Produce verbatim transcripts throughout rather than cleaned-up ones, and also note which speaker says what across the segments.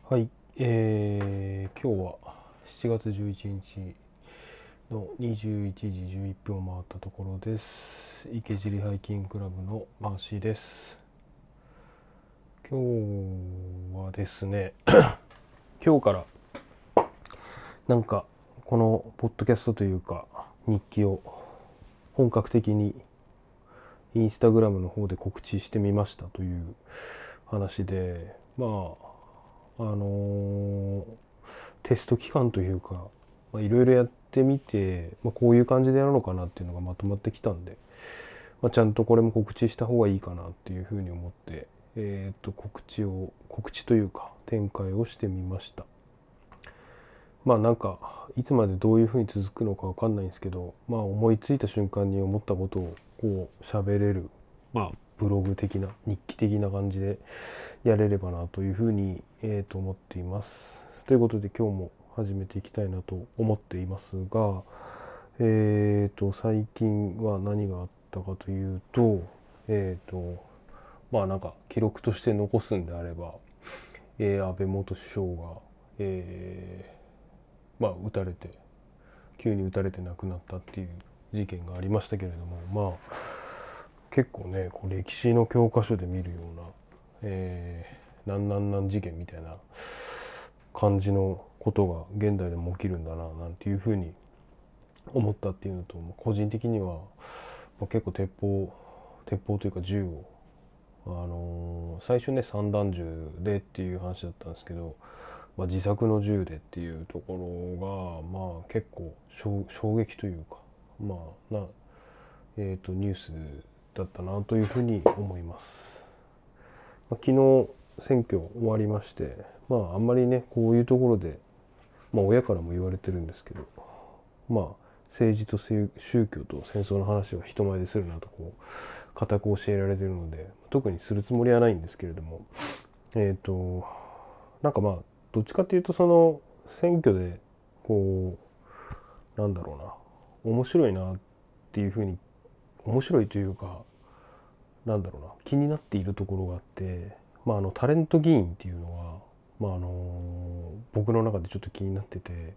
Speaker 1: はい、えー、今日はしちがつじゅういちにちのにじゅういちじじゅういっぷんを回ったところです。池尻ハイキングクラブのマーシーです。今日はですね今日からなんかこのポッドキャストというか日記を本格的にインスタグラムの方で告知してみましたという話で、まああのーテスト期間というかいろいろやってみて、まあ、こういう感じでやるのかなっていうのがまとまってきたんで、まあ、ちゃんとこれも告知した方がいいかなっていうふうに思って、えー、と告知を告知というか展開をしてみました。まあなんかいつまでどういうふうに続くのかわかんないんですけど、まあ思いついた瞬間に思ったことをこう喋れる、まあブログ的な日記的な感じでやれればなというふうに、えー、と思っています。ということで今日も始めていきたいなと思っていますが、えー、と最近は何があったかというと、えー、とまあなんか記録として残すんであれば、えー、安倍元首相が、えーまあ撃たれて急に撃たれて亡くなったっていう事件がありましたけれども、まあ結構ねこう歴史の教科書で見るような、えー、なんなんなん事件みたいな感じのことが現代でも起きるんだななんていうふうに思ったっていうのと、個人的には結構鉄砲鉄砲というか銃を、あのー最初ね散弾銃でっていう話だったんですけど、まあ、自作の銃でっていうところがまあ結構衝撃というか、まあなえーとニュースだったなというふうに思います。まあ、昨日選挙終わりまして、まああんまりねこういうところで、まあ、親からも言われてるんですけど、まあ政治と宗教と戦争の話は人前でするなとこう固く教えられているので、特にするつもりはないんですけれども、えっ、ー、となんかまあどっちかっていうとその選挙でこうなんだろうな面白いなっていうふうに面白いというかなんだろうな気になっているところがあって、まあ、あのタレント議員っていうのは、まあ、あの僕の中でちょっと気になってて、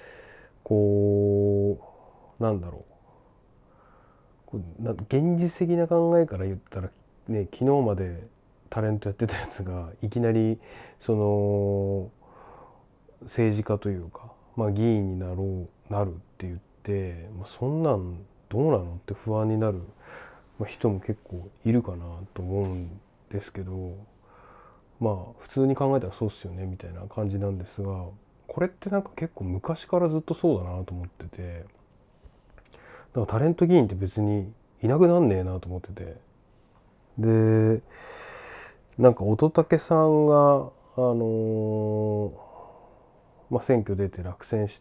Speaker 1: こうなんだろうこうな現実的な考えから言ったらね、昨日までタレントやってたやつがいきなりその政治家というか、まあ、議員になろうなるって言って、まあ、そんなんどうなのって不安になる人も結構いるかなと思うんですけど、まあ普通に考えたらそうっすよねみたいな感じなんですが、これってなんか結構昔からずっとそうだなと思ってて、なんかタレント議員って別にいなくなんねえなと思ってて、でなんか乙武さんがあのーまあ、選挙出て落選して、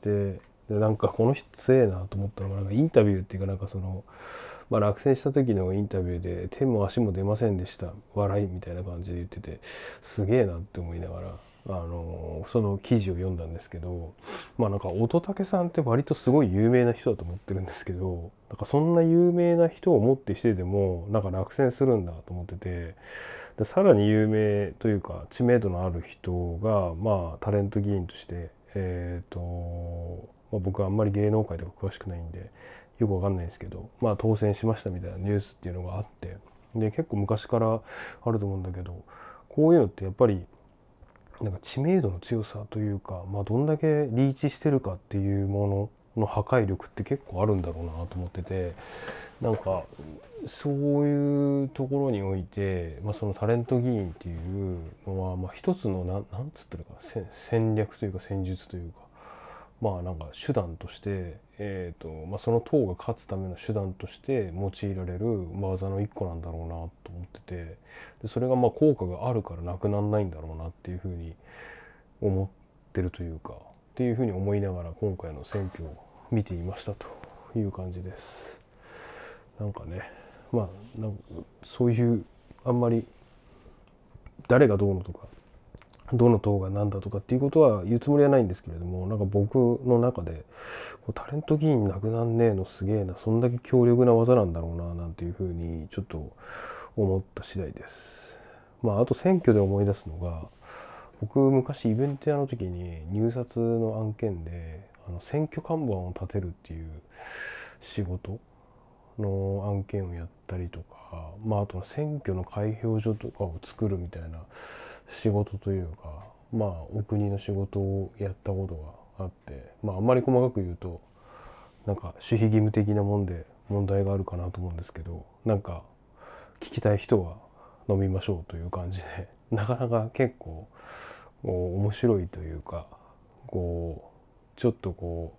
Speaker 1: でなんかこの人強えなと思ったのがなんかインタビューっていうかなんかそのまあ、落選した時のインタビューで手も足も出ませんでした笑いみたいな感じで言ってて、すげえなって思いながら、あのその記事を読んだんですけど、まあなんか乙武さんって割とすごい有名な人だと思ってるんですけど、なんかそんな有名な人をもってしてでもなんか落選するんだと思ってて、でさらに有名というか知名度のある人がまあタレント議員としてえっ、ー、と、まあ、僕はあんまり芸能界とか詳しくないんでよくわかんないんですけど、まあ当選しましたみたいなニュースっていうのがあって、で結構昔からあると思うんだけど、こういうのってやっぱりなんか知名度の強さというか、まあ、どんだけリーチしてるかっていうものの破壊力って結構あるんだろうなと思ってて、なんかそういうところにおいて、まあ、そのタレント議員っていうのは、まあ、一つのなんなんつったらか戦略というか戦術というか、まあなんか手段として、えーとまあ、その党が勝つための手段として用いられる技の一個なんだろうなと思ってて、でそれがまあ効果があるからなくならないんだろうなっていうふうに思ってるというかっていうふうに思いながら今回の選挙を見ていましたという感じです。なんかね、まあなんかそういうあんまり誰がどうのとかどの党が何だとかっていうことは言うつもりはないんですけれども、なんか僕の中でタレント議員なくなんねえのすげえな、そんだけ強力な技なんだろうななんていうふうにちょっと思った次第です。まああと選挙で思い出すのが、 僕昔イベント屋の時に入札の案件であの選挙看板を立てるっていう仕事の案件をやったりとか、まああとは選挙の開票所とかを作るみたいな仕事というか、まあお国の仕事をやったことがあって、まああんまり細かく言うとなんか守秘義務的なもんで問題があるかなと思うんですけど、なんか聞きたい人は飲みましょうという感じで、なかなか結構面白いというか、こうちょっとこ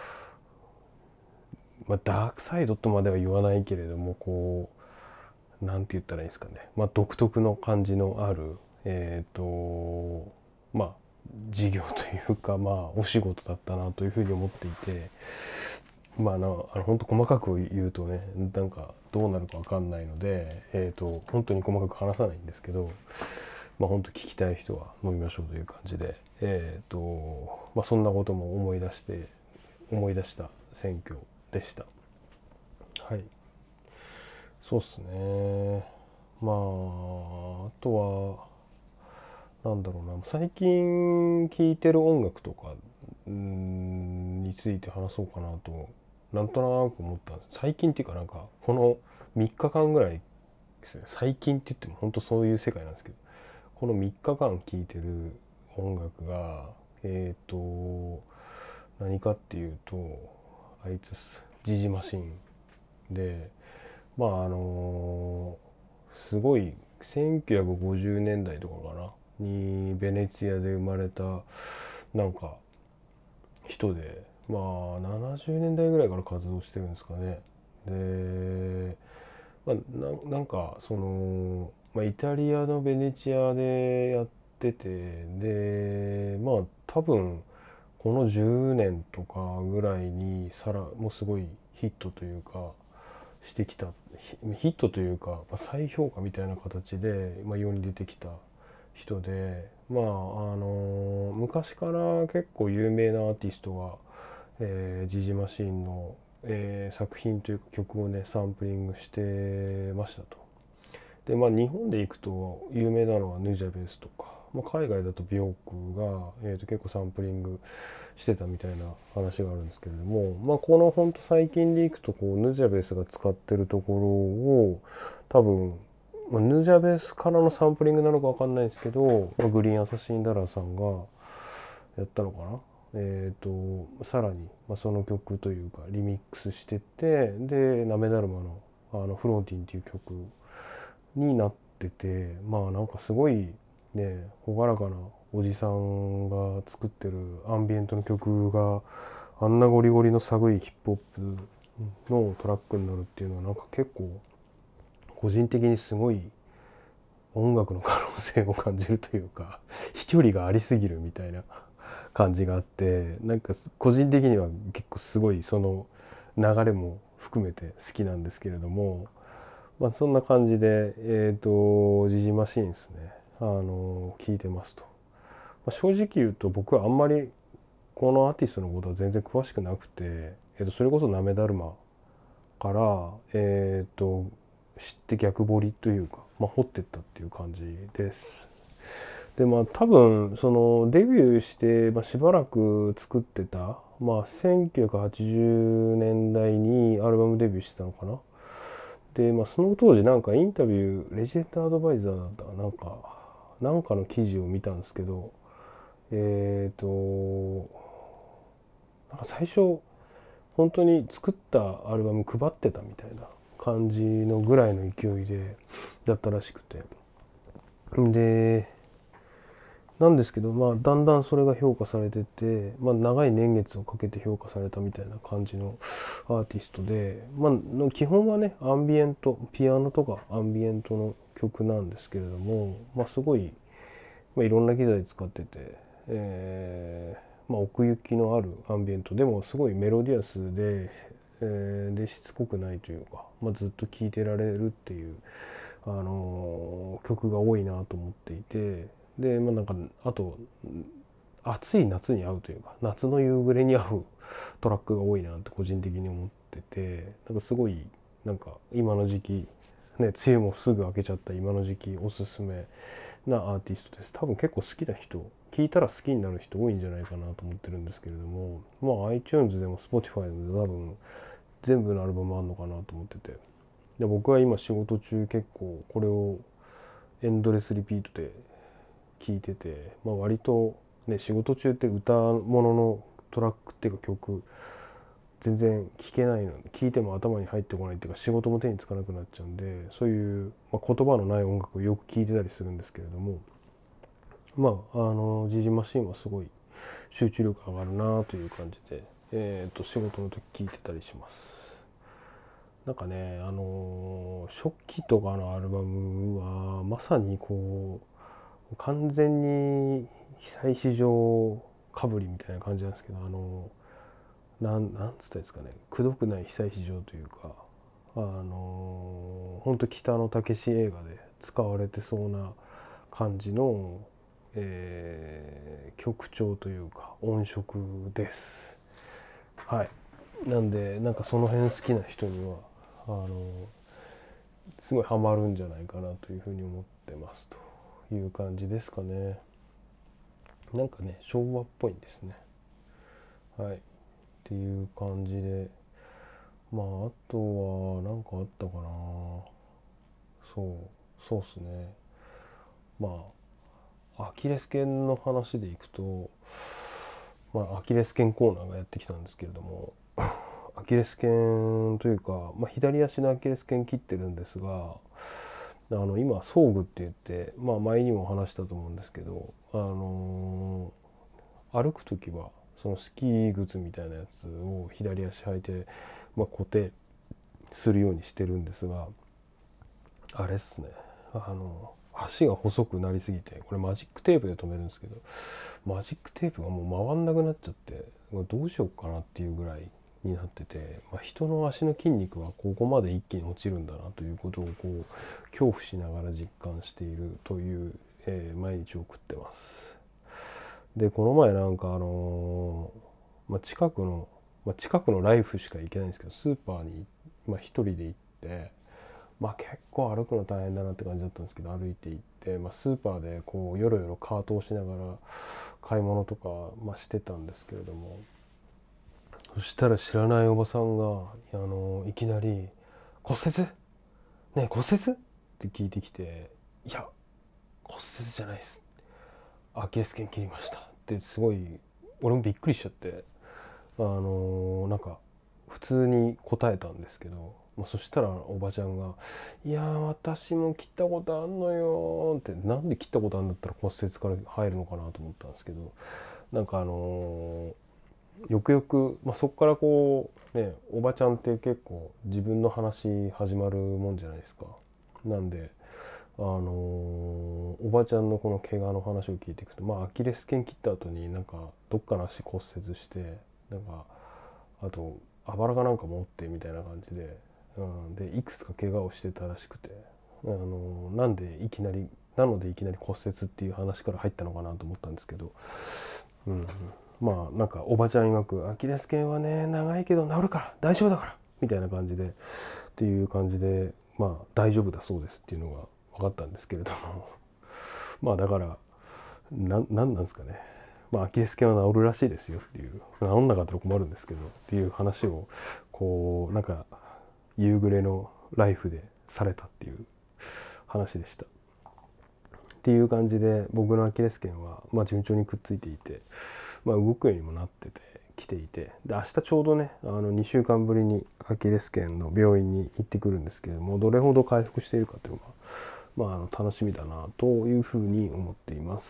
Speaker 1: う、まあ、ダークサイドとまでは言わないけれども、こうなんて言ったらいいですかね、まあ、独特の感じのあるえっ、とまあ事業というか、まあお仕事だったなというふうに思っていて、まああのあの本当細かく言うとね、なんかどうなるか分かんないので、えー、と本当に細かく話さないんですけど、まあ本当聞きたい人は飲みましょうという感じで、えーとまあ、そんなことも思い出して思い出した選挙でした。はい、そうですね。まああとはなんだろうな、最近聴いてる音楽とかんについて話そうかなとなんとなく思ったんです。最近っていうか、なんかこのみっかかんぐらいですね。最近って言っても本当そういう世界なんですけど、このみっかかん聴いてる音楽がえっ、と何かっていうと、あいつっす、ジジマシンで、まああのすごいせんきゅうひゃくごじゅうねんだいとかかなにベネツィアで生まれたなんか人で、まあななじゅうねんだいぐらいから活動してるんですかね。で、まあ、な, なんかその、まあ、イタリアのベネチアでやってて、でまあ多分このじゅうねんとかぐらいにさらもうすごいヒットというかしてきた、ヒットというか、まあ、再評価みたいな形で、まあ、世に出てきた人で、まああの昔から結構有名なアーティストが、えージジマシーンの、えー作品というか曲をねサンプリングしてましたと。でまあ日本で行くと有名なのはヌジャベスとか、まあ、海外だとビョークが、えーと結構サンプリングしてたみたいな話があるんですけれども、まあこのほんと最近でいくとこうヌジャベスが使ってるところを多分、まあ、ヌジャベスからのサンプリングなのか分かんないですけど、まあ、グリーンアサシンダラーさんがやったのかな。えーとさらに、まあ、その曲というかリミックスしてってでナメダルマのあのフローティンっていう曲になってて、まあなんかすごいね朗らかなおじさんが作ってるアンビエントの曲があんなゴリゴリの寒いヒップホップのトラックになるっていうのはなんか結構個人的にすごい音楽の可能性を感じるというか、飛距離がありすぎるみたいな感じがあって、なんか個人的には結構すごいその流れも含めて好きなんですけれども、まあそんな感じでえっ、とジジマシーンですね、あの聞いてますと。まあ、正直言うと僕はあんまりこのアーティストのことは全然詳しくなくて、えー、とそれこそナメダルマからえっ、と知って逆掘りというか、まあ、掘ってったっていう感じです。でまあ多分そのデビューして、まあ、しばらく作ってた、まあ、せんきゅうひゃくはちじゅうねんだいにアルバムデビューしてたのかな。で、まあ、その当時なんかインタビューレジェンドアドバイザーだったかなんかなんかの記事を見たんですけど、えっ、となんか最初本当に作ったアルバム配ってたみたいな感じのぐらいの勢いでだったらしくて、でなんですけど、まあ、だんだんそれが評価されてて、まあ、長い年月をかけて評価されたみたいな感じのアーティストで、まあ、の基本はねアンビエントピアノとかアンビエントの曲なんですけれども、まあ、すごい、まあ、いろんな機材使ってて、えーまあ、奥行きのあるアンビエントでもすごいメロディアスで、えーでしつこくないというか、まあ、ずっと聴いてられるっていう、あのー曲が多いなと思っていて、でまあなんかあと暑い夏に合うというか夏の夕暮れに合うトラックが多いなって個人的に思ってて、なんかすごいなんか今の時期ね、梅雨もすぐ明けちゃった今の時期おすすめなアーティストです。多分結構好きな人、聞いたら好きになる人多いんじゃないかなと思ってるんですけれども、まあ iTunes でも Spotify でも多分全部のアルバムあるのかなと思ってて、で僕は今仕事中結構これをエンドレスリピートで聞いてて、まあ、割とね仕事中って歌物のトラックっていうか曲全然聞けないので、聞いても頭に入ってこないっていうか仕事も手につかなくなっちゃうんで、そういう、まあ、言葉のない音楽をよく聞いてたりするんですけれども、まああのジジマシンはすごい集中力上がるなという感じで、えー、と仕事の時聞いてたりします。なんかね、あの初期とかのアルバムはまさにこう完全に久石譲かぶりみたいな感じなんですけど、あのなんなんつったらいいですかね、くどくない久石譲というか、あの本当北野武映画で使われてそうな感じの、えー曲調というか音色です。はい。なんでなんかその辺好きな人にはあのすごいハマるんじゃないかなというふうに思ってますという感じですかね。なんかね昭和っぽいんですね。はい。っていう感じで、まああとは何かあったかな。そうそうっすね。まあアキレス腱の話でいくと、まあアキレス腱コーナーがやってきたんですけれども、アキレス腱というか、まあ、左足のアキレス腱切ってるんですが、あの今装具って言って、まあ、前にも話したと思うんですけど、あのー歩く時はそのスキー靴みたいなやつを左足履いて、まあ、固定するようにしてるんですが、あれっすね、あの足が細くなりすぎて、これマジックテープで留めるんですけど、マジックテープがもう回んなくなっちゃって、どうしようかなっていうぐらいになってて、まあ、人の足の筋肉はここまで一気に落ちるんだなということをこう恐怖しながら実感しているという、えー毎日を送ってます。でこの前なんかあのーまあ、近くの、まあ、近くのライフしか行けないんですけど、スーパーに、まあ、一人で行って、まあ結構歩くの大変だなって感じだったんですけど、歩いて行って、まあ、スーパーでこうよろよろカートをしながら買い物とか、まあ、してたんですけれども、そしたら知らないおばさんがあのいきなり「骨折ねえ骨折?」って聞いてきて「いや骨折じゃないです、アキレス腱切りました」って、すごい俺もびっくりしちゃって、あのなんか普通に答えたんですけど、まあ、そしたらおばちゃんが「いやー私も切ったことあんのよ」って、なんで切ったことあるんだったら骨折から入るのかなと思ったんですけど、なんかあのーよくよく、まあ、そこからこうね、おばちゃんって結構自分の話始まるもんじゃないですか。なんであのーおばちゃんのこの怪我の話を聞いていくと、まあアキレス腱切った後になんかどっかの足骨折して、なんかあとあばらかなんかも折ってみたいな感じで、うん、でいくつか怪我をしてたらしくて、あのーなんでいきなりなのでいきなり骨折っていう話から入ったのかなと思ったんですけど、うん、まあなんかおばちゃん曰く「アキレス腱はね長いけど治るから大丈夫だから」みたいな感じでっていう感じで、まあ大丈夫だそうですっていうのが分かったんですけれどもまあだからななんなんですかね、まあアキレス腱は治るらしいですよっていう、治んなかったら困るんですけどっていう話をこうなんか夕暮れのライフでされたっていう話でした。っていう感じで僕のアキレス腱はまあ順調にくっついていて、まあ、動くようにもなっててきていて、で明日ちょうどねあのにしゅうかんぶりにアキレス腱の病院に行ってくるんですけれども、どれほど回復しているかというのが、まあ、あの楽しみだなというふうに思っています。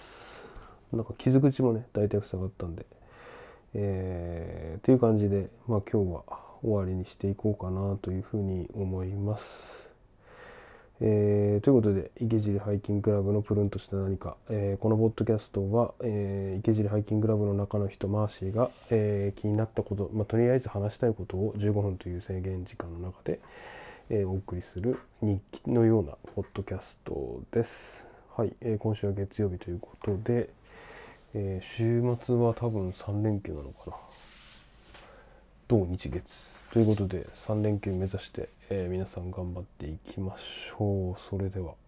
Speaker 1: なんか傷口もね大体塞がったんで、えー、っていう感じで、まあ、今日は終わりにしていこうかなというふうに思います。えー、ということで池尻ハイキングクラブのプルンとした何か、えー、このポッドキャストは、えー、池尻ハイキングクラブの中の人マーシーが、えー、気になったこと、まあ、とりあえず話したいことをじゅうごふんという制限時間の中で、えー、お送りする日記のようなポッドキャストです。はい、えー、今週は月曜日ということで、えー、週末は多分さん連休なのかな。 土日月ということでさん連休目指して、えー皆さん頑張っていきましょう。それでは。